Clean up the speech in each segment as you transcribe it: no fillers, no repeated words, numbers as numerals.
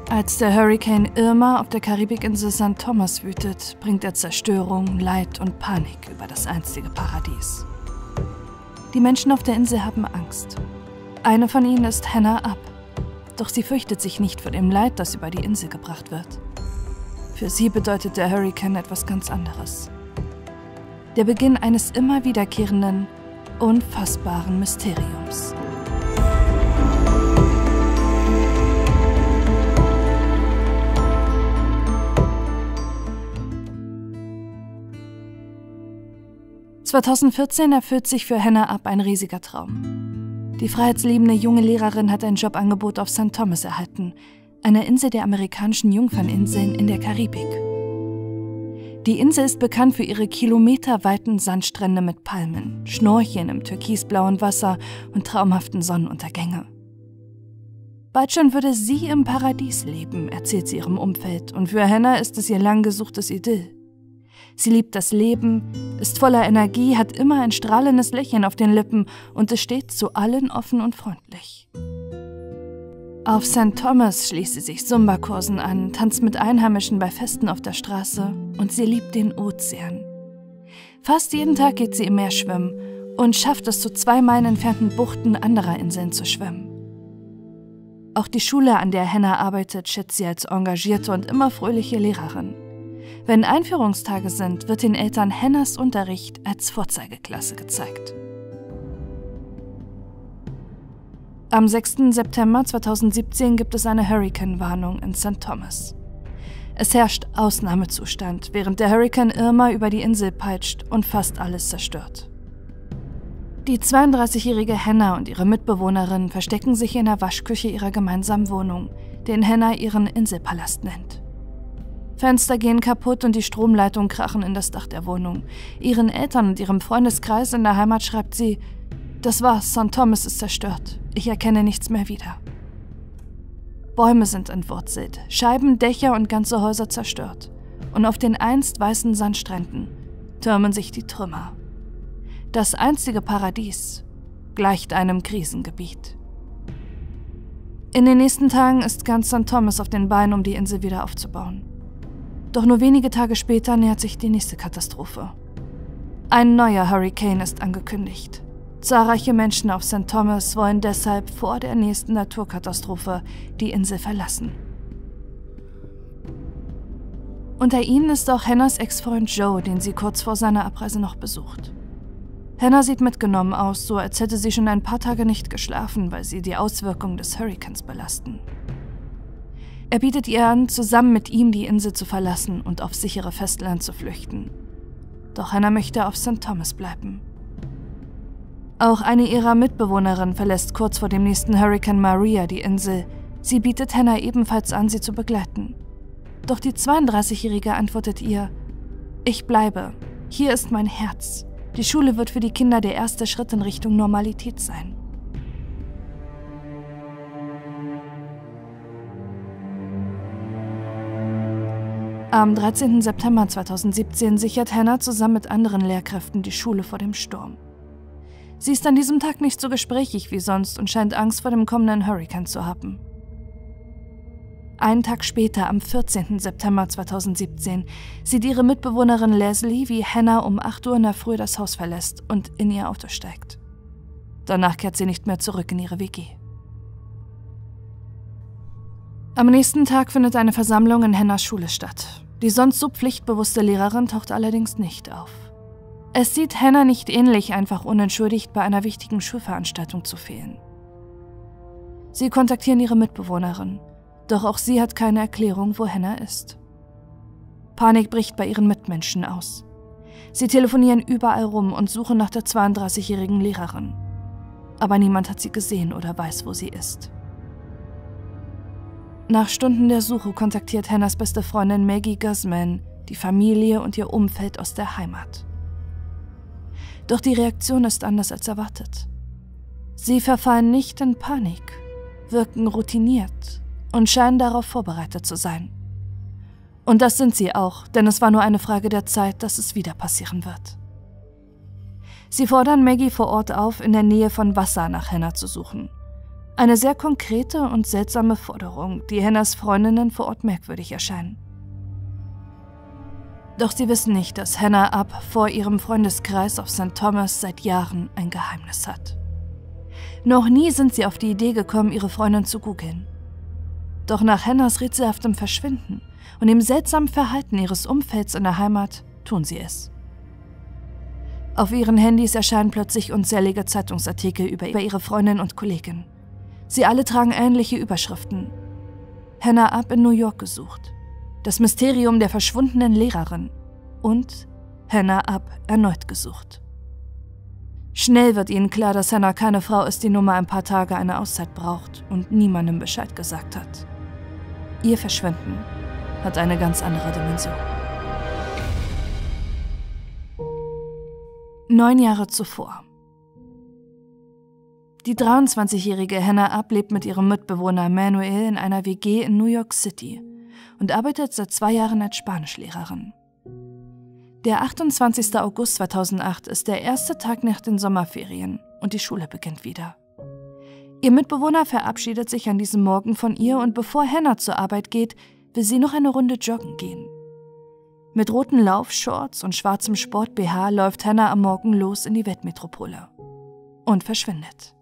Als der Hurrikan Irma auf der Karibikinsel St. Thomas wütet, bringt er Zerstörung, Leid und Panik über das einstige Paradies. Die Menschen auf der Insel haben Angst. Eine von ihnen ist Hannah Up. Doch sie fürchtet sich nicht vor dem Leid, das über die Insel gebracht wird. Für sie bedeutet der Hurrikan etwas ganz anderes. Der Beginn eines immer wiederkehrenden, unfassbaren Mysteriums. (2014) erfüllt sich für Hannah Up ein riesiger Traum. Die freiheitsliebende junge Lehrerin hat ein Jobangebot auf St. Thomas erhalten, einer Insel der amerikanischen Jungferninseln in der Karibik. Die Insel ist bekannt für ihre kilometerweiten Sandstrände mit Palmen, Schnorcheln im türkisblauen Wasser und traumhaften Sonnenuntergänge. Bald schon würde sie im Paradies leben, erzählt sie ihrem Umfeld, und für Hannah ist es ihr lang gesuchtes Idyll. Sie liebt das Leben, ist voller Energie, hat immer ein strahlendes Lächeln auf den Lippen und ist stets zu allen offen und freundlich. Auf St. Thomas schließt sie sich Zumba-Kursen an, tanzt mit Einheimischen bei Festen auf der Straße und sie liebt den Ozean. Fast jeden Tag geht sie im Meer schwimmen und schafft es, zu 2 Meilen entfernten Buchten anderer Inseln zu schwimmen. Auch die Schule, an der Hannah arbeitet, schätzt sie als engagierte und immer fröhliche Lehrerin. Wenn Einführungstage sind, wird den Eltern Hannahs Unterricht als Vorzeigeklasse gezeigt. Am 6. September 2017 gibt es eine Hurrikanwarnung in St. Thomas. Es herrscht Ausnahmezustand, während der Hurrikan Irma über die Insel peitscht und fast alles zerstört. Die 32-jährige Hannah und ihre Mitbewohnerin verstecken sich in der Waschküche ihrer gemeinsamen Wohnung, den Hannah ihren Inselpalast nennt. Fenster gehen kaputt und die Stromleitungen krachen in das Dach der Wohnung. Ihren Eltern und ihrem Freundeskreis in der Heimat schreibt sie: „Das war's, St. Thomas ist zerstört. Ich erkenne nichts mehr wieder." Bäume sind entwurzelt, Scheiben, Dächer und ganze Häuser zerstört. Und auf den einst weißen Sandstränden türmen sich die Trümmer. Das einstige Paradies gleicht einem Krisengebiet. In den nächsten Tagen ist ganz St. Thomas auf den Beinen, um die Insel wieder aufzubauen. Doch nur wenige Tage später nähert sich die nächste Katastrophe. Ein neuer Hurrikan ist angekündigt. Zahlreiche Menschen auf St. Thomas wollen deshalb vor der nächsten Naturkatastrophe die Insel verlassen. Unter ihnen ist auch Hannahs Ex-Freund Joe, den sie kurz vor seiner Abreise noch besucht. Hannah sieht mitgenommen aus, so als hätte sie schon ein paar Tage nicht geschlafen, weil sie die Auswirkungen des Hurrikans belasten. Er bietet ihr an, zusammen mit ihm die Insel zu verlassen und auf sichere Festland zu flüchten. Doch Hannah möchte auf St. Thomas bleiben. Auch eine ihrer Mitbewohnerinnen verlässt kurz vor dem nächsten Hurrikan Maria die Insel. Sie bietet Hannah ebenfalls an, sie zu begleiten. Doch die 32-Jährige antwortet ihr: „Ich bleibe. Hier ist mein Herz. Die Schule wird für die Kinder der erste Schritt in Richtung Normalität sein." Am 13. September 2017 sichert Hannah zusammen mit anderen Lehrkräften die Schule vor dem Sturm. Sie ist an diesem Tag nicht so gesprächig wie sonst und scheint Angst vor dem kommenden Hurrikan zu haben. Einen Tag später, am 14. September 2017, sieht ihre Mitbewohnerin Leslie, wie Hannah um 8 Uhr in der Früh das Haus verlässt und in ihr Auto steigt. Danach kehrt sie nicht mehr zurück in ihre WG. Am nächsten Tag findet eine Versammlung in Hannahs Schule statt. Die sonst so pflichtbewusste Lehrerin taucht allerdings nicht auf. Es sieht Hannah nicht ähnlich, einfach unentschuldigt bei einer wichtigen Schulveranstaltung zu fehlen. Sie kontaktieren ihre Mitbewohnerin, doch auch sie hat keine Erklärung, wo Hannah ist. Panik bricht bei ihren Mitmenschen aus. Sie telefonieren überall rum und suchen nach der 32-jährigen Lehrerin. Aber niemand hat sie gesehen oder weiß, wo sie ist. Nach Stunden der Suche kontaktiert Hannahs beste Freundin Maggie Guzman die Familie und ihr Umfeld aus der Heimat. Doch die Reaktion ist anders als erwartet. Sie verfallen nicht in Panik, wirken routiniert und scheinen darauf vorbereitet zu sein. Und das sind sie auch, denn es war nur eine Frage der Zeit, dass es wieder passieren wird. Sie fordern Maggie vor Ort auf, in der Nähe von Wasser nach Hannah zu suchen. Eine sehr konkrete und seltsame Forderung, die Hannahs Freundinnen vor Ort merkwürdig erscheinen. Doch sie wissen nicht, dass Hannah Up vor ihrem Freundeskreis auf St. Thomas seit Jahren ein Geheimnis hat. Noch nie sind sie auf die Idee gekommen, ihre Freundin zu googeln. Doch nach Hannahs rätselhaftem Verschwinden und dem seltsamen Verhalten ihres Umfelds in der Heimat tun sie es. Auf ihren Handys erscheinen plötzlich unzählige Zeitungsartikel über ihre Freundin und Kollegin. Sie alle tragen ähnliche Überschriften. Hannah Up in New York gesucht. Das Mysterium der verschwundenen Lehrerin. Und Hannah Up erneut gesucht. Schnell wird ihnen klar, dass Hannah keine Frau ist, die nur mal ein paar Tage eine Auszeit braucht und niemandem Bescheid gesagt hat. Ihr Verschwinden hat eine ganz andere Dimension. 9 Jahre zuvor. Die 23-jährige Hannah Up lebt mit ihrem Mitbewohner Manuel in einer WG in New York City und arbeitet seit 2 Jahren als Spanischlehrerin. Der 28. August 2008 ist der erste Tag nach den Sommerferien und die Schule beginnt wieder. Ihr Mitbewohner verabschiedet sich an diesem Morgen von ihr und bevor Hannah zur Arbeit geht, will sie noch eine Runde joggen gehen. Mit roten Laufshorts und schwarzem Sport-BH läuft Hannah am Morgen los in die Weltmetropole und verschwindet.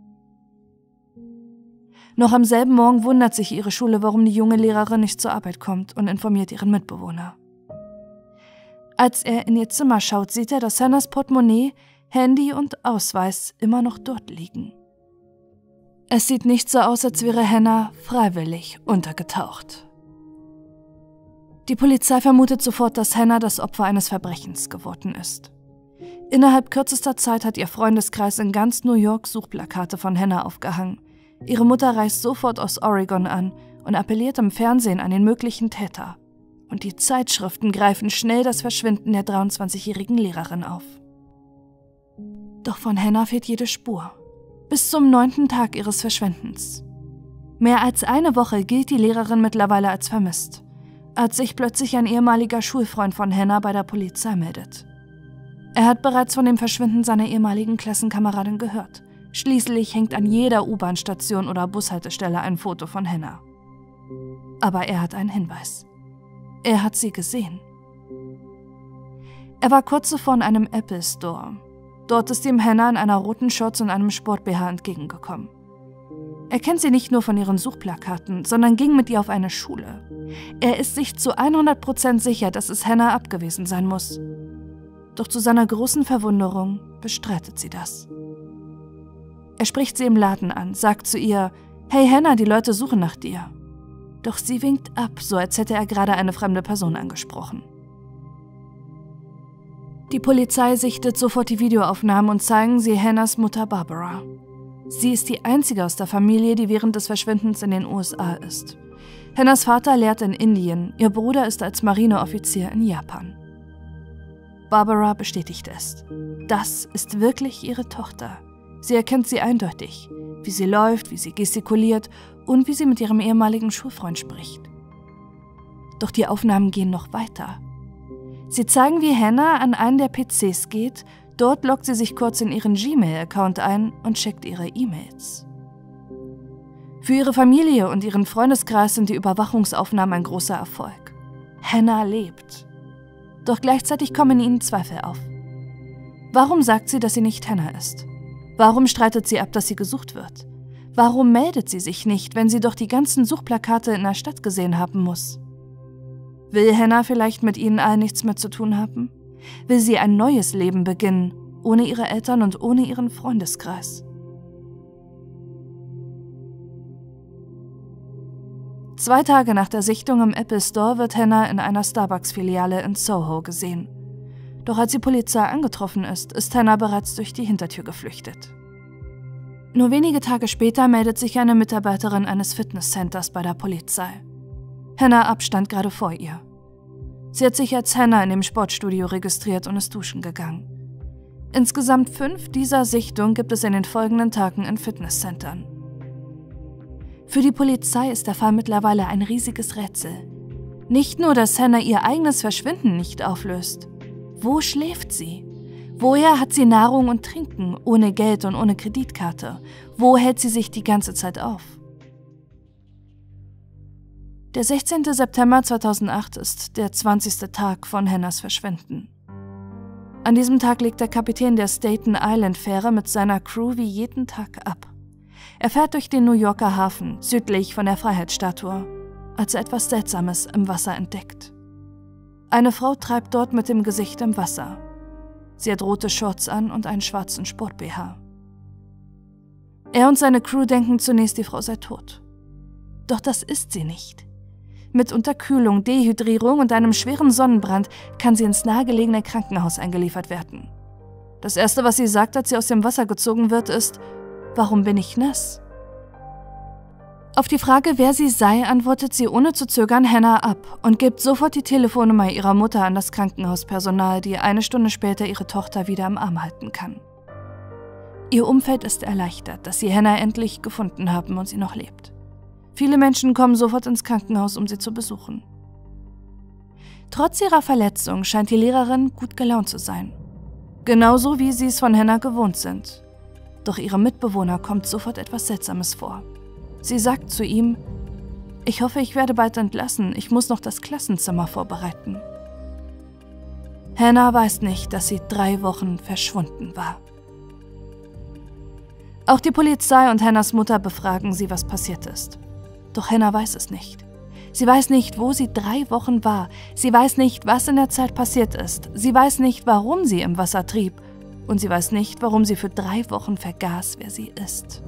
Noch am selben Morgen wundert sich ihre Schule, warum die junge Lehrerin nicht zur Arbeit kommt und informiert ihren Mitbewohner. Als er in ihr Zimmer schaut, sieht er, dass Hannahs Portemonnaie, Handy und Ausweis immer noch dort liegen. Es sieht nicht so aus, als wäre Hannah freiwillig untergetaucht. Die Polizei vermutet sofort, dass Hannah das Opfer eines Verbrechens geworden ist. Innerhalb kürzester Zeit hat ihr Freundeskreis in ganz New York Suchplakate von Hannah aufgehangen. Ihre Mutter reist sofort aus Oregon an und appelliert im Fernsehen an den möglichen Täter. Und die Zeitschriften greifen schnell das Verschwinden der 23-jährigen Lehrerin auf. Doch von Hannah fehlt jede Spur. Bis zum 9. Tag ihres Verschwindens. Mehr als eine Woche gilt die Lehrerin mittlerweile als vermisst, als sich plötzlich ein ehemaliger Schulfreund von Hannah bei der Polizei meldet. Er hat bereits von dem Verschwinden seiner ehemaligen Klassenkameradin gehört. Schließlich hängt an jeder U-Bahn-Station oder Bushaltestelle ein Foto von Hannah. Aber er hat einen Hinweis. Er hat sie gesehen. Er war kurz zuvor in einem Apple Store. Dort ist ihm Hannah in einer roten Shorts und einem Sport-BH entgegengekommen. Er kennt sie nicht nur von ihren Suchplakaten, sondern ging mit ihr auf eine Schule. Er ist sich zu 100% sicher, dass es Hannah Up gewesen sein muss. Doch zu seiner großen Verwunderung bestreitet sie das. Er spricht sie im Laden an, sagt zu ihr, »Hey Hannah, die Leute suchen nach dir.« Doch sie winkt ab, so als hätte er gerade eine fremde Person angesprochen. Die Polizei sichtet sofort die Videoaufnahmen und zeigen sie Hannahs Mutter Barbara. Sie ist die einzige aus der Familie, die während des Verschwindens in den USA ist. Hannahs Vater lehrt in Indien, ihr Bruder ist als Marineoffizier in Japan. Barbara bestätigt es. Das ist wirklich ihre Tochter. Sie erkennt sie eindeutig, wie sie läuft, wie sie gestikuliert und wie sie mit ihrem ehemaligen Schulfreund spricht. Doch die Aufnahmen gehen noch weiter. Sie zeigen, wie Hannah an einen der PCs geht, dort loggt sie sich kurz in ihren Gmail-Account ein und checkt ihre E-Mails. Für ihre Familie und ihren Freundeskreis sind die Überwachungsaufnahmen ein großer Erfolg. Hannah lebt. Doch gleichzeitig kommen ihnen Zweifel auf. Warum sagt sie, dass sie nicht Hannah ist? Warum streitet sie ab, dass sie gesucht wird? Warum meldet sie sich nicht, wenn sie doch die ganzen Suchplakate in der Stadt gesehen haben muss? Will Hannah vielleicht mit ihnen allen nichts mehr zu tun haben? Will sie ein neues Leben beginnen, ohne ihre Eltern und ohne ihren Freundeskreis? Zwei Tage nach der Sichtung im Apple Store wird Hannah in einer Starbucks-Filiale in Soho gesehen. Doch als die Polizei angetroffen ist Hannah bereits durch die Hintertür geflüchtet. Nur wenige Tage später meldet sich eine Mitarbeiterin eines Fitnesscenters bei der Polizei. Hannah Up stand gerade vor ihr. Sie hat sich als Hannah in dem Sportstudio registriert und ist duschen gegangen. Insgesamt 5 dieser Sichtungen gibt es in den folgenden Tagen in Fitnesscentern. Für die Polizei ist der Fall mittlerweile ein riesiges Rätsel. Nicht nur, dass Hannah ihr eigenes Verschwinden nicht auflöst. Wo schläft sie? Woher hat sie Nahrung und Trinken, ohne Geld und ohne Kreditkarte? Wo hält sie sich die ganze Zeit auf? Der 16. September 2008 ist der 20. Tag von Hannahs Verschwinden. An diesem Tag legt der Kapitän der Staten Island Fähre mit seiner Crew wie jeden Tag ab. Er fährt durch den New Yorker Hafen, südlich von der Freiheitsstatue, als er etwas Seltsames im Wasser entdeckt. Eine Frau treibt dort mit dem Gesicht im Wasser. Sie hat rote Shorts an und einen schwarzen Sport-BH. Er und seine Crew denken zunächst, die Frau sei tot. Doch das ist sie nicht. Mit Unterkühlung, Dehydrierung und einem schweren Sonnenbrand kann sie ins nahegelegene Krankenhaus eingeliefert werden. Das Erste, was sie sagt, als sie aus dem Wasser gezogen wird, ist: Warum bin ich nass? Auf die Frage, wer sie sei, antwortet sie ohne zu zögern Hannah ab und gibt sofort die Telefonnummer ihrer Mutter an das Krankenhauspersonal, die eine Stunde später ihre Tochter wieder im Arm halten kann. Ihr Umfeld ist erleichtert, dass sie Hannah endlich gefunden haben und sie noch lebt. Viele Menschen kommen sofort ins Krankenhaus, um sie zu besuchen. Trotz ihrer Verletzung scheint die Lehrerin gut gelaunt zu sein. Genauso wie sie es von Hannah gewohnt sind. Doch ihrem Mitbewohner kommt sofort etwas Seltsames vor. Sie sagt zu ihm: Ich hoffe, ich werde bald entlassen, ich muss noch das Klassenzimmer vorbereiten. Hannah weiß nicht, dass sie 3 Wochen verschwunden war. Auch die Polizei und Hannahs Mutter befragen sie, was passiert ist. Doch Hannah weiß es nicht. Sie weiß nicht, wo sie 3 Wochen war. Sie weiß nicht, was in der Zeit passiert ist. Sie weiß nicht, warum sie im Wasser trieb. Und sie weiß nicht, warum sie für 3 Wochen vergaß, wer sie ist.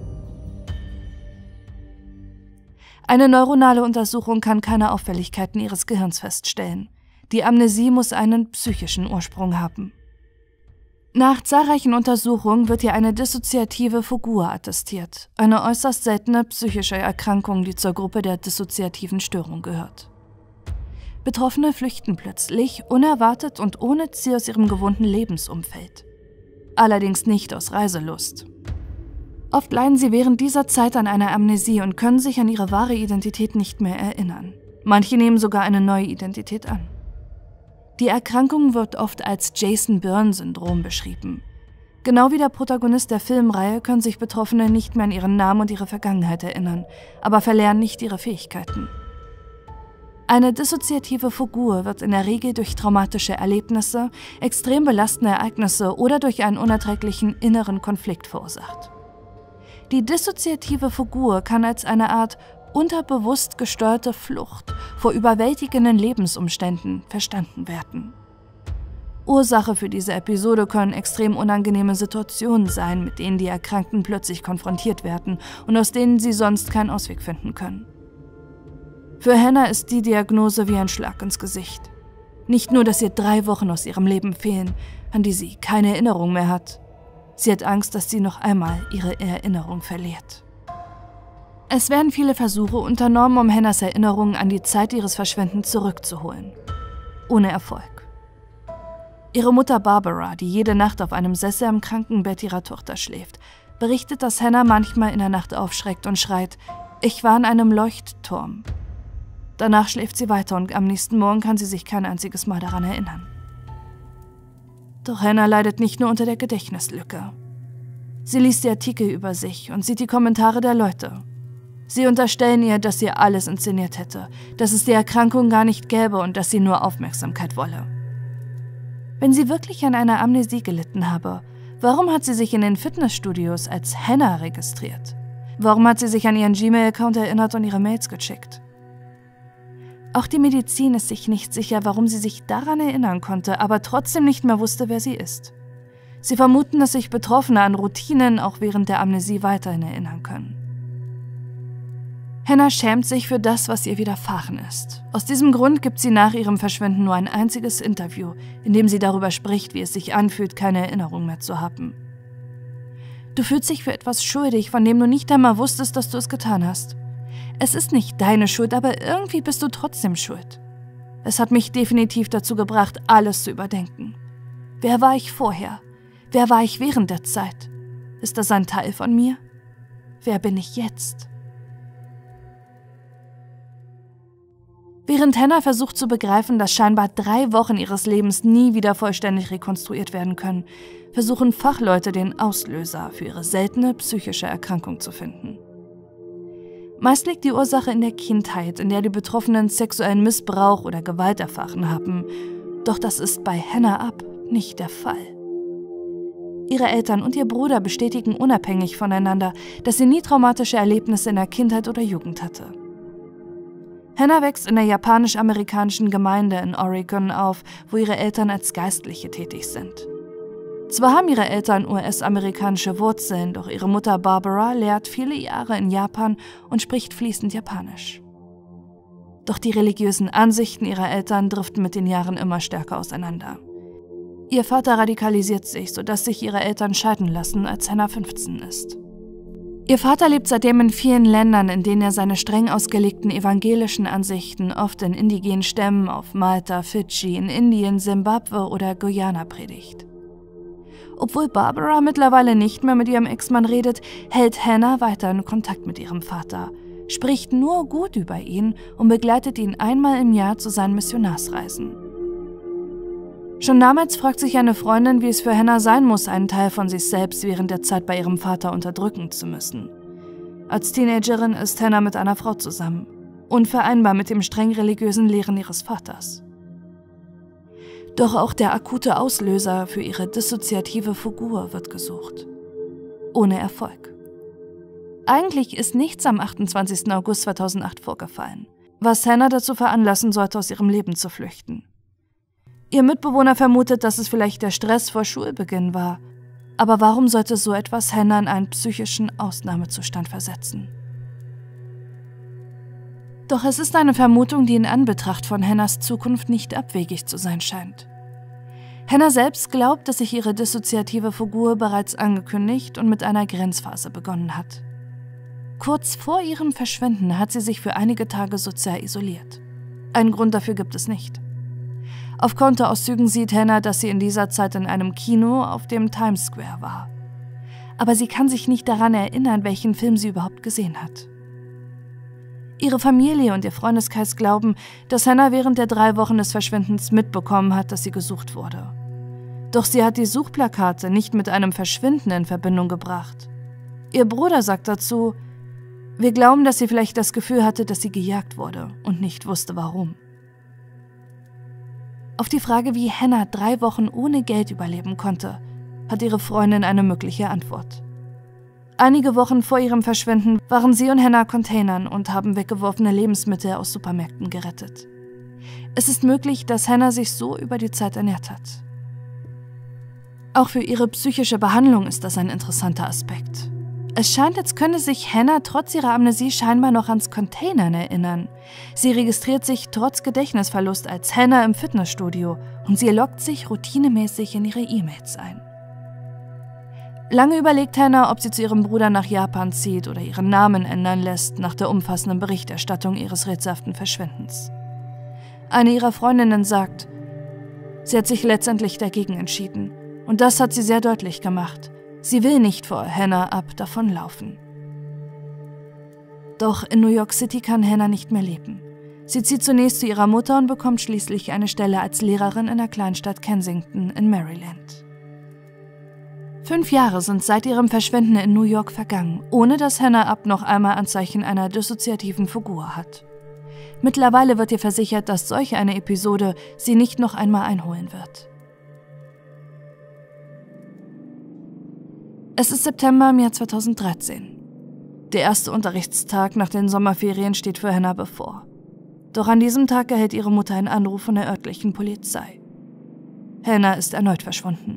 Eine neuronale Untersuchung kann keine Auffälligkeiten ihres Gehirns feststellen. Die Amnesie muss einen psychischen Ursprung haben. Nach zahlreichen Untersuchungen wird ihr eine dissoziative Fugur attestiert, eine äußerst seltene psychische Erkrankung, die zur Gruppe der dissoziativen Störung gehört. Betroffene flüchten plötzlich, unerwartet und ohne Ziel aus ihrem gewohnten Lebensumfeld. Allerdings nicht aus Reiselust. Oft leiden sie während dieser Zeit an einer Amnesie und können sich an ihre wahre Identität nicht mehr erinnern. Manche nehmen sogar eine neue Identität an. Die Erkrankung wird oft als Jason-Byrne-Syndrom beschrieben. Genau wie der Protagonist der Filmreihe können sich Betroffene nicht mehr an ihren Namen und ihre Vergangenheit erinnern, aber verlernen nicht ihre Fähigkeiten. Eine dissoziative Fugur wird in der Regel durch traumatische Erlebnisse, extrem belastende Ereignisse oder durch einen unerträglichen inneren Konflikt verursacht. Die dissoziative Fugur kann als eine Art unterbewusst gesteuerte Flucht vor überwältigenden Lebensumständen verstanden werden. Ursache für diese Episode können extrem unangenehme Situationen sein, mit denen die Erkrankten plötzlich konfrontiert werden und aus denen sie sonst keinen Ausweg finden können. Für Hannah ist die Diagnose wie ein Schlag ins Gesicht. Nicht nur, dass ihr 3 Wochen aus ihrem Leben fehlen, an die sie keine Erinnerung mehr hat. Sie hat Angst, dass sie noch einmal ihre Erinnerung verliert. Es werden viele Versuche unternommen, um Hannahs Erinnerungen an die Zeit ihres Verschwindens zurückzuholen. Ohne Erfolg. Ihre Mutter Barbara, die jede Nacht auf einem Sessel am Krankenbett ihrer Tochter schläft, berichtet, dass Hannah manchmal in der Nacht aufschreckt und schreit: Ich war in einem Leuchtturm. Danach schläft sie weiter und am nächsten Morgen kann sie sich kein einziges Mal daran erinnern. Doch Hannah leidet nicht nur unter der Gedächtnislücke. Sie liest die Artikel über sich und sieht die Kommentare der Leute. Sie unterstellen ihr, dass sie alles inszeniert hätte, dass es die Erkrankung gar nicht gäbe und dass sie nur Aufmerksamkeit wolle. Wenn sie wirklich an einer Amnesie gelitten habe, warum hat sie sich in den Fitnessstudios als Hannah registriert? Warum hat sie sich an ihren Gmail-Account erinnert und ihre Mails gecheckt? Auch die Medizin ist sich nicht sicher, warum sie sich daran erinnern konnte, aber trotzdem nicht mehr wusste, wer sie ist. Sie vermuten, dass sich Betroffene an Routinen auch während der Amnesie weiterhin erinnern können. Hannah schämt sich für das, was ihr widerfahren ist. Aus diesem Grund gibt sie nach ihrem Verschwinden nur ein einziges Interview, in dem sie darüber spricht, wie es sich anfühlt, keine Erinnerung mehr zu haben. Du fühlst dich für etwas schuldig, von dem du nicht einmal wusstest, dass du es getan hast. Es ist nicht deine Schuld, aber irgendwie bist du trotzdem schuld. Es hat mich definitiv dazu gebracht, alles zu überdenken. Wer war ich vorher? Wer war ich während der Zeit? Ist das ein Teil von mir? Wer bin ich jetzt? Während Hannah versucht zu begreifen, dass scheinbar 3 Wochen ihres Lebens nie wieder vollständig rekonstruiert werden können, versuchen Fachleute, den Auslöser für ihre seltene psychische Erkrankung zu finden. Meist liegt die Ursache in der Kindheit, in der die Betroffenen sexuellen Missbrauch oder Gewalt erfahren haben. Doch das ist bei Hannah Up nicht der Fall. Ihre Eltern und ihr Bruder bestätigen unabhängig voneinander, dass sie nie traumatische Erlebnisse in der Kindheit oder Jugend hatte. Hannah wächst in der japanisch-amerikanischen Gemeinde in Oregon auf, wo ihre Eltern als Geistliche tätig sind. Zwar haben ihre Eltern US-amerikanische Wurzeln, doch ihre Mutter Barbara lehrt viele Jahre in Japan und spricht fließend Japanisch. Doch die religiösen Ansichten ihrer Eltern driften mit den Jahren immer stärker auseinander. Ihr Vater radikalisiert sich, sodass sich ihre Eltern scheiden lassen, als Hannah 15 ist. Ihr Vater lebt seitdem in vielen Ländern, in denen er seine streng ausgelegten evangelischen Ansichten oft in indigenen Stämmen auf Malta, Fidschi, in Indien, Simbabwe oder Guyana predigt. Obwohl Barbara mittlerweile nicht mehr mit ihrem Ex-Mann redet, hält Hannah weiterhin Kontakt mit ihrem Vater, spricht nur gut über ihn und begleitet ihn einmal im Jahr zu seinen Missionarsreisen. Schon damals fragt sich eine Freundin, wie es für Hannah sein muss, einen Teil von sich selbst während der Zeit bei ihrem Vater unterdrücken zu müssen. Als Teenagerin ist Hannah mit einer Frau zusammen, unvereinbar mit dem streng religiösen Lehren ihres Vaters. Doch auch der akute Auslöser für ihre dissoziative Figur wird gesucht. Ohne Erfolg. Eigentlich ist nichts am 28. August 2008 vorgefallen, was Hannah dazu veranlassen sollte, aus ihrem Leben zu flüchten. Ihr Mitbewohner vermutet, dass es vielleicht der Stress vor Schulbeginn war. Aber warum sollte so etwas Hannah in einen psychischen Ausnahmezustand versetzen? Doch es ist eine Vermutung, die in Anbetracht von Hannahs Zukunft nicht abwegig zu sein scheint. Hannah selbst glaubt, dass sich ihre dissoziative Figur bereits angekündigt und mit einer Grenzphase begonnen hat. Kurz vor ihrem Verschwinden hat sie sich für einige Tage sozial isoliert. Einen Grund dafür gibt es nicht. Auf Kontoauszügen sieht Hannah, dass sie in dieser Zeit in einem Kino auf dem Times Square war. Aber sie kann sich nicht daran erinnern, welchen Film sie überhaupt gesehen hat. Ihre Familie und ihr Freundeskreis glauben, dass Hannah während der 3 Wochen des Verschwindens mitbekommen hat, dass sie gesucht wurde. Doch sie hat die Suchplakate nicht mit einem Verschwinden in Verbindung gebracht. Ihr Bruder sagt dazu: Wir glauben, dass sie vielleicht das Gefühl hatte, dass sie gejagt wurde und nicht wusste, warum. Auf die Frage, wie Hannah 3 Wochen ohne Geld überleben konnte, hat ihre Freundin eine mögliche Antwort. Einige Wochen vor ihrem Verschwinden waren sie und Hannah Containern und haben weggeworfene Lebensmittel aus Supermärkten gerettet. Es ist möglich, dass Hannah sich so über die Zeit ernährt hat. Auch für ihre psychische Behandlung ist das ein interessanter Aspekt. Es scheint, als könne sich Hannah trotz ihrer Amnesie scheinbar noch ans Containern erinnern. Sie registriert sich trotz Gedächtnisverlust als Hannah im Fitnessstudio und sie loggt sich routinemäßig in ihre E-Mails ein. Lange überlegt Hannah, ob sie zu ihrem Bruder nach Japan zieht oder ihren Namen ändern lässt nach der umfassenden Berichterstattung ihres rätselhaften Verschwindens. Eine ihrer Freundinnen sagt, sie hat sich letztendlich dagegen entschieden und das hat sie sehr deutlich gemacht. Sie will nicht vor Hannah Up davonlaufen. Doch in New York City kann Hannah nicht mehr leben. Sie zieht zunächst zu ihrer Mutter und bekommt schließlich eine Stelle als Lehrerin in der Kleinstadt Kensington in Maryland. 5 Jahre sind seit ihrem Verschwinden in New York vergangen, ohne dass Hannah Up noch einmal Anzeichen einer dissoziativen Figur hat. Mittlerweile wird ihr versichert, dass solch eine Episode sie nicht noch einmal einholen wird. Es ist September im Jahr 2013. Der erste Unterrichtstag nach den Sommerferien steht für Hannah bevor. Doch an diesem Tag erhält ihre Mutter einen Anruf von der örtlichen Polizei. Hannah ist erneut verschwunden.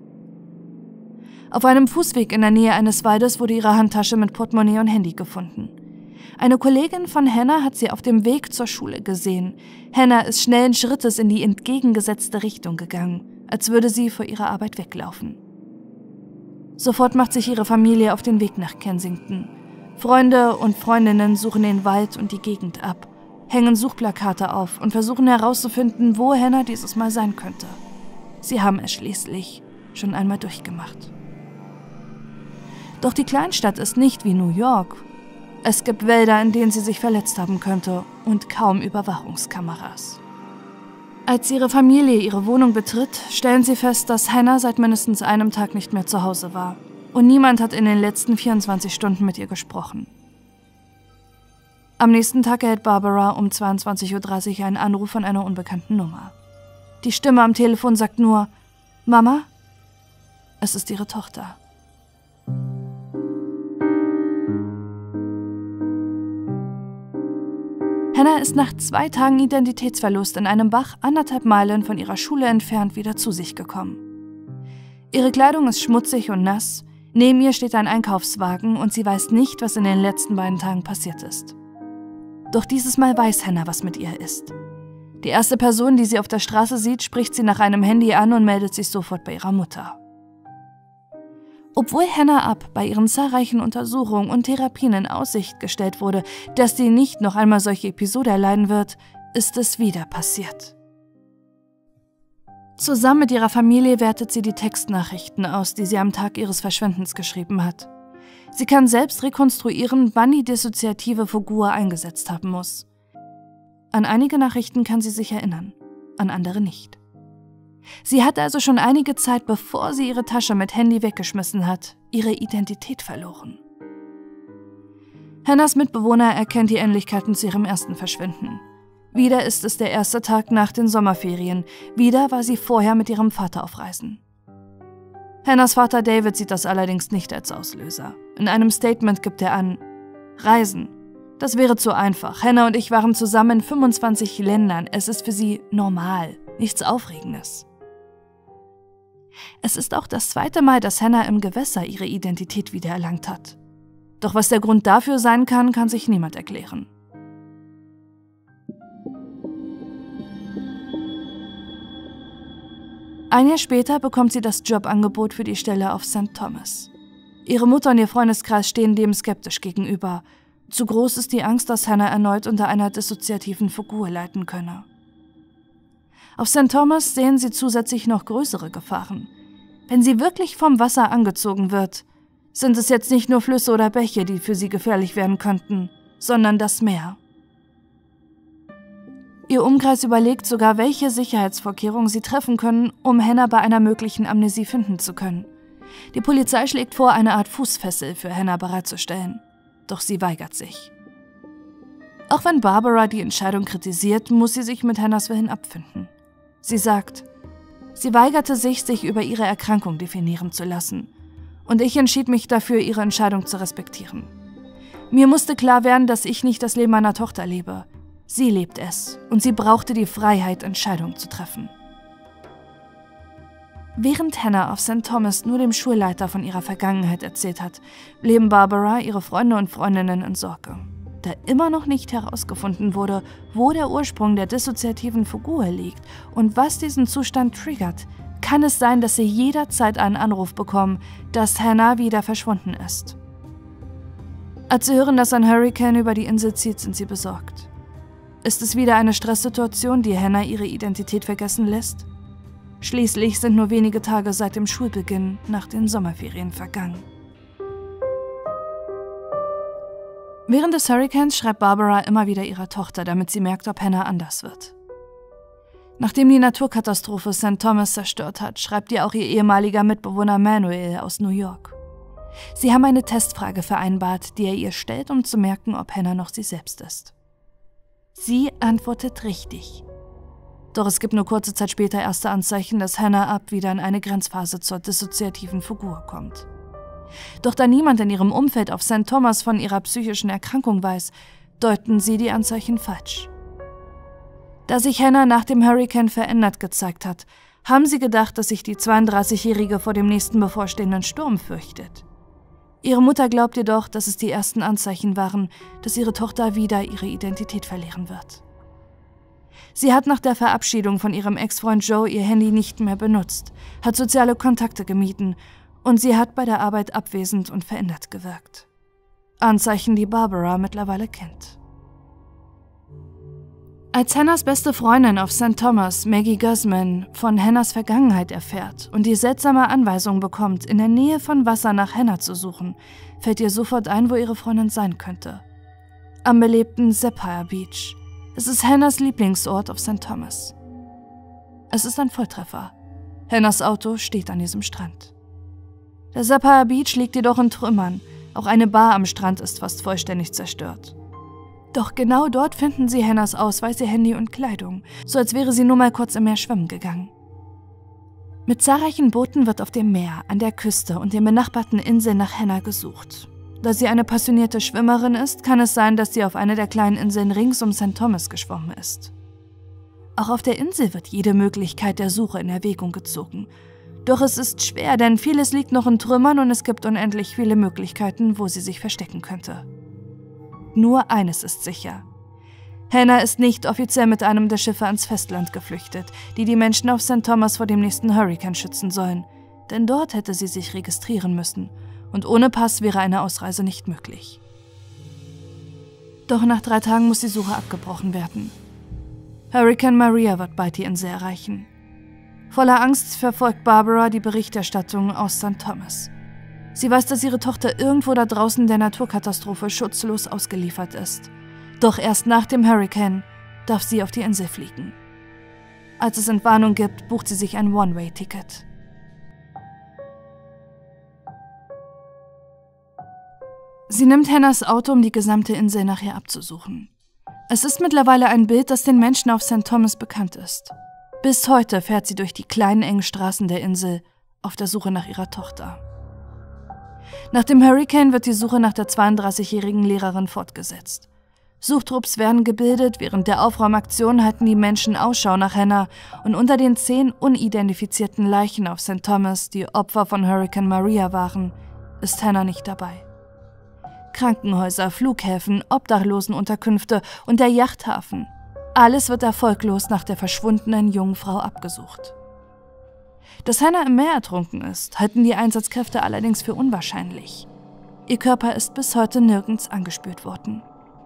Auf einem Fußweg in der Nähe eines Waldes wurde ihre Handtasche mit Portemonnaie und Handy gefunden. Eine Kollegin von Hannah hat sie auf dem Weg zur Schule gesehen. Hannah ist schnellen Schrittes in die entgegengesetzte Richtung gegangen, als würde sie vor ihrer Arbeit weglaufen. Sofort macht sich ihre Familie auf den Weg nach Kensington. Freunde und Freundinnen suchen den Wald und die Gegend ab, hängen Suchplakate auf und versuchen herauszufinden, wo Hannah dieses Mal sein könnte. Sie haben es schließlich schon einmal durchgemacht. Doch die Kleinstadt ist nicht wie New York. Es gibt Wälder, in denen sie sich verletzt haben könnte und kaum Überwachungskameras. Als ihre Familie ihre Wohnung betritt, stellen sie fest, dass Hannah seit mindestens einem Tag nicht mehr zu Hause war und niemand hat in den letzten 24 Stunden mit ihr gesprochen. Am nächsten Tag erhält Barbara um 22:30 Uhr einen Anruf von einer unbekannten Nummer. Die Stimme am Telefon sagt nur: »Mama?« Es ist ihre Tochter. Hannah ist nach 2 Tagen Identitätsverlust in einem Bach 1,5 Meilen von ihrer Schule entfernt wieder zu sich gekommen. Ihre Kleidung ist schmutzig und nass, neben ihr steht ein Einkaufswagen und sie weiß nicht, was in den letzten 2 Tagen passiert ist. Doch dieses Mal weiß Hannah, was mit ihr ist. Die erste Person, die sie auf der Straße sieht, spricht sie nach einem Handy an und meldet sich sofort bei ihrer Mutter. Obwohl Hannah Up bei ihren zahlreichen Untersuchungen und Therapien in Aussicht gestellt wurde, dass sie nicht noch einmal solche Episode erleiden wird, ist es wieder passiert. Zusammen mit ihrer Familie wertet sie die Textnachrichten aus, die sie am Tag ihres Verschwindens geschrieben hat. Sie kann selbst rekonstruieren, wann die dissoziative Figur eingesetzt haben muss. An einige Nachrichten kann sie sich erinnern, an andere nicht. Sie hat also schon einige Zeit, bevor sie ihre Tasche mit Handy weggeschmissen hat, ihre Identität verloren. Hannahs Mitbewohner erkennt die Ähnlichkeiten zu ihrem ersten Verschwinden. Wieder ist es der erste Tag nach den Sommerferien, wieder war sie vorher mit ihrem Vater auf Reisen. Hannahs Vater David sieht das allerdings nicht als Auslöser. In einem Statement gibt er an: Reisen. Das wäre zu einfach. Hannah und ich waren zusammen in 25 Ländern. Es ist für sie normal, nichts Aufregendes. Es ist auch das 2. Mal, dass Hannah im Gewässer ihre Identität wiedererlangt hat. Doch was der Grund dafür sein kann, kann sich niemand erklären. Ein Jahr später bekommt sie das Jobangebot für die Stelle auf St. Thomas. Ihre Mutter und ihr Freundeskreis stehen dem skeptisch gegenüber. Zu groß ist die Angst, dass Hannah erneut unter einer dissoziativen Figur leiden könne. Auf St. Thomas sehen sie zusätzlich noch größere Gefahren. Wenn sie wirklich vom Wasser angezogen wird, sind es jetzt nicht nur Flüsse oder Bäche, die für sie gefährlich werden könnten, sondern das Meer. Ihr Umkreis überlegt sogar, welche Sicherheitsvorkehrungen sie treffen können, um Hannah bei einer möglichen Amnesie finden zu können. Die Polizei schlägt vor, eine Art Fußfessel für Hannah bereitzustellen. Doch sie weigert sich. Auch wenn Barbara die Entscheidung kritisiert, muss sie sich mit Hannahs Willen abfinden. Sie sagt, sie weigerte sich über ihre Erkrankung definieren zu lassen. Und ich entschied mich dafür, ihre Entscheidung zu respektieren. Mir musste klar werden, dass ich nicht das Leben meiner Tochter lebe. Sie lebt es und sie brauchte die Freiheit, Entscheidungen zu treffen. Während Hannah auf St. Thomas nur dem Schulleiter von ihrer Vergangenheit erzählt hat, blieben Barbara, ihre Freunde und Freundinnen in Sorge. Da immer noch nicht herausgefunden wurde, wo der Ursprung der dissoziativen Figur liegt und was diesen Zustand triggert, kann es sein, dass sie jederzeit einen Anruf bekommen, dass Hannah wieder verschwunden ist. Als sie hören, dass ein Hurrikan über die Insel zieht, sind sie besorgt. Ist es wieder eine Stresssituation, die Hannah ihre Identität vergessen lässt? Schließlich sind nur wenige Tage seit dem Schulbeginn nach den Sommerferien vergangen. Während des Hurrikans schreibt Barbara immer wieder ihrer Tochter, damit sie merkt, ob Hannah anders wird. Nachdem die Naturkatastrophe St. Thomas zerstört hat, schreibt ihr auch ihr ehemaliger Mitbewohner Manuel aus New York. Sie haben eine Testfrage vereinbart, die er ihr stellt, um zu merken, ob Hannah noch sie selbst ist. Sie antwortet richtig. Doch es gibt nur kurze Zeit später erste Anzeichen, dass Hannah Up wieder in eine Grenzphase zur dissoziativen Figur kommt. Doch da niemand in ihrem Umfeld auf St. Thomas von ihrer psychischen Erkrankung weiß, deuten sie die Anzeichen falsch. Da sich Hannah nach dem Hurrikan verändert gezeigt hat, haben sie gedacht, dass sich die 32-Jährige vor dem nächsten bevorstehenden Sturm fürchtet. Ihre Mutter glaubt jedoch, dass es die ersten Anzeichen waren, dass ihre Tochter wieder ihre Identität verlieren wird. Sie hat nach der Verabschiedung von ihrem Ex-Freund Joe ihr Handy nicht mehr benutzt, hat soziale Kontakte gemieden und sie hat bei der Arbeit abwesend und verändert gewirkt. Anzeichen, die Barbara mittlerweile kennt. Als Hannahs beste Freundin auf St. Thomas, Maggie Guzman, von Hannahs Vergangenheit erfährt und die seltsame Anweisung bekommt, in der Nähe von Wasser nach Hannah zu suchen, fällt ihr sofort ein, wo ihre Freundin sein könnte. am belebten Sapphire Beach. Es ist Hannahs Lieblingsort auf St. Thomas. Es ist ein Volltreffer. Hannahs Auto steht an diesem Strand. Der Sapphire Beach liegt jedoch in Trümmern. Auch eine Bar am Strand ist fast vollständig zerstört. Doch genau dort finden sie Hannahs Ausweis, ihr Handy und Kleidung, so als wäre sie nur mal kurz im Meer schwimmen gegangen. Mit zahlreichen Booten wird auf dem Meer, an der Küste und den benachbarten Inseln nach Hannah gesucht. Da sie eine passionierte Schwimmerin ist, kann es sein, dass sie auf einer der kleinen Inseln rings um St. Thomas geschwommen ist. Auch auf der Insel wird jede Möglichkeit der Suche in Erwägung gezogen. Doch es ist schwer, denn vieles liegt noch in Trümmern und es gibt unendlich viele Möglichkeiten, wo sie sich verstecken könnte. Nur eines ist sicher. Hannah ist nicht offiziell mit einem der Schiffe ans Festland geflüchtet, die Menschen auf St. Thomas vor dem nächsten Hurrikan schützen sollen. Denn dort hätte sie sich registrieren müssen und ohne Pass wäre eine Ausreise nicht möglich. Doch nach 3 Tagen muss die Suche abgebrochen werden. Hurrikan Maria wird bald die Insel erreichen. Voller Angst verfolgt Barbara die Berichterstattung aus St. Thomas. Sie weiß, dass ihre Tochter irgendwo da draußen der Naturkatastrophe schutzlos ausgeliefert ist. Doch erst nach dem Hurrikan darf sie auf die Insel fliegen. Als es Entwarnung gibt, bucht sie sich ein One-Way-Ticket. Sie nimmt Hannahs Auto, um die gesamte Insel nachher abzusuchen. Es ist mittlerweile ein Bild, das den Menschen auf St. Thomas bekannt ist. Bis heute fährt sie durch die kleinen, engen Straßen der Insel auf der Suche nach ihrer Tochter. Nach dem Hurrikan wird die Suche nach der 32-jährigen Lehrerin fortgesetzt. Suchtrupps werden gebildet, während der Aufräumaktion halten die Menschen Ausschau nach Hannah und unter den 10 unidentifizierten Leichen auf St. Thomas, die Opfer von Hurrikan Maria waren, ist Hannah nicht dabei. Krankenhäuser, Flughäfen, Obdachlosenunterkünfte und der Yachthafen. Alles wird erfolglos nach der verschwundenen jungen Frau abgesucht. Dass Hannah im Meer ertrunken ist, halten die Einsatzkräfte allerdings für unwahrscheinlich. Ihr Körper ist bis heute nirgends angespült worden.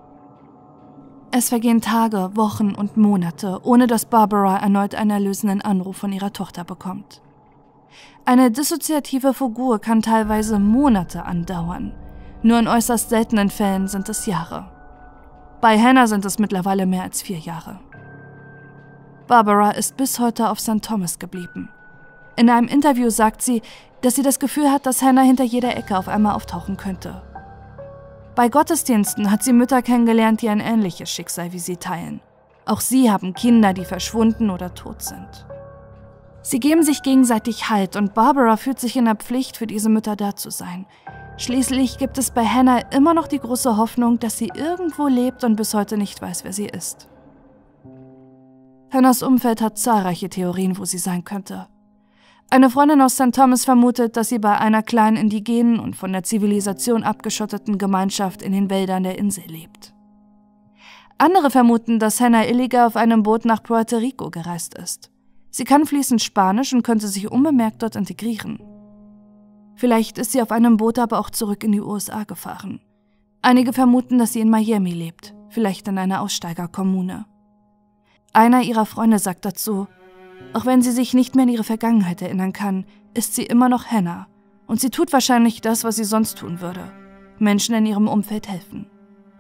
Es vergehen Tage, Wochen und Monate, ohne dass Barbara erneut einen erlösenden Anruf von ihrer Tochter bekommt. Eine dissoziative Figur kann teilweise Monate andauern. Nur in äußerst seltenen Fällen sind es Jahre. Bei Hannah sind es mittlerweile mehr als 4 Jahre. Barbara ist bis heute auf St. Thomas geblieben. In einem Interview sagt sie, dass sie das Gefühl hat, dass Hannah hinter jeder Ecke auf einmal auftauchen könnte. Bei Gottesdiensten hat sie Mütter kennengelernt, die ein ähnliches Schicksal wie sie teilen. Auch sie haben Kinder, die verschwunden oder tot sind. Sie geben sich gegenseitig Halt und Barbara fühlt sich in der Pflicht, für diese Mütter da zu sein. Schließlich gibt es bei Hannah immer noch die große Hoffnung, dass sie irgendwo lebt und bis heute nicht weiß, wer sie ist. Hannahs Umfeld hat zahlreiche Theorien, wo sie sein könnte. Eine Freundin aus St. Thomas vermutet, dass sie bei einer kleinen indigenen und von der Zivilisation abgeschotteten Gemeinschaft in den Wäldern der Insel lebt. Andere vermuten, dass Hannah illegal auf einem Boot nach Puerto Rico gereist ist. Sie kann fließend Spanisch und könnte sich unbemerkt dort integrieren. Vielleicht ist sie auf einem Boot aber auch zurück in die USA gefahren. Einige vermuten, dass sie in Miami lebt, vielleicht in einer Aussteigerkommune. Einer ihrer Freunde sagt dazu, auch wenn sie sich nicht mehr an ihre Vergangenheit erinnern kann, ist sie immer noch Hannah und sie tut wahrscheinlich das, was sie sonst tun würde: Menschen in ihrem Umfeld helfen.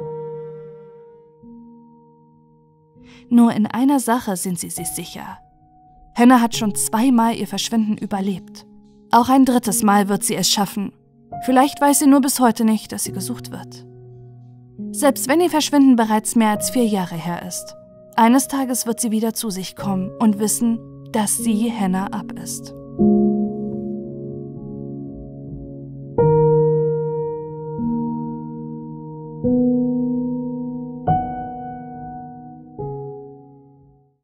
Nur in einer Sache sind sie sich sicher. Hannah hat schon 2-mal ihr Verschwinden überlebt. Auch ein 3. Mal wird sie es schaffen. Vielleicht weiß sie nur bis heute nicht, dass sie gesucht wird. Selbst wenn ihr Verschwinden bereits mehr als 4 Jahre her ist, eines Tages wird sie wieder zu sich kommen und wissen, dass sie Hannah Up ist.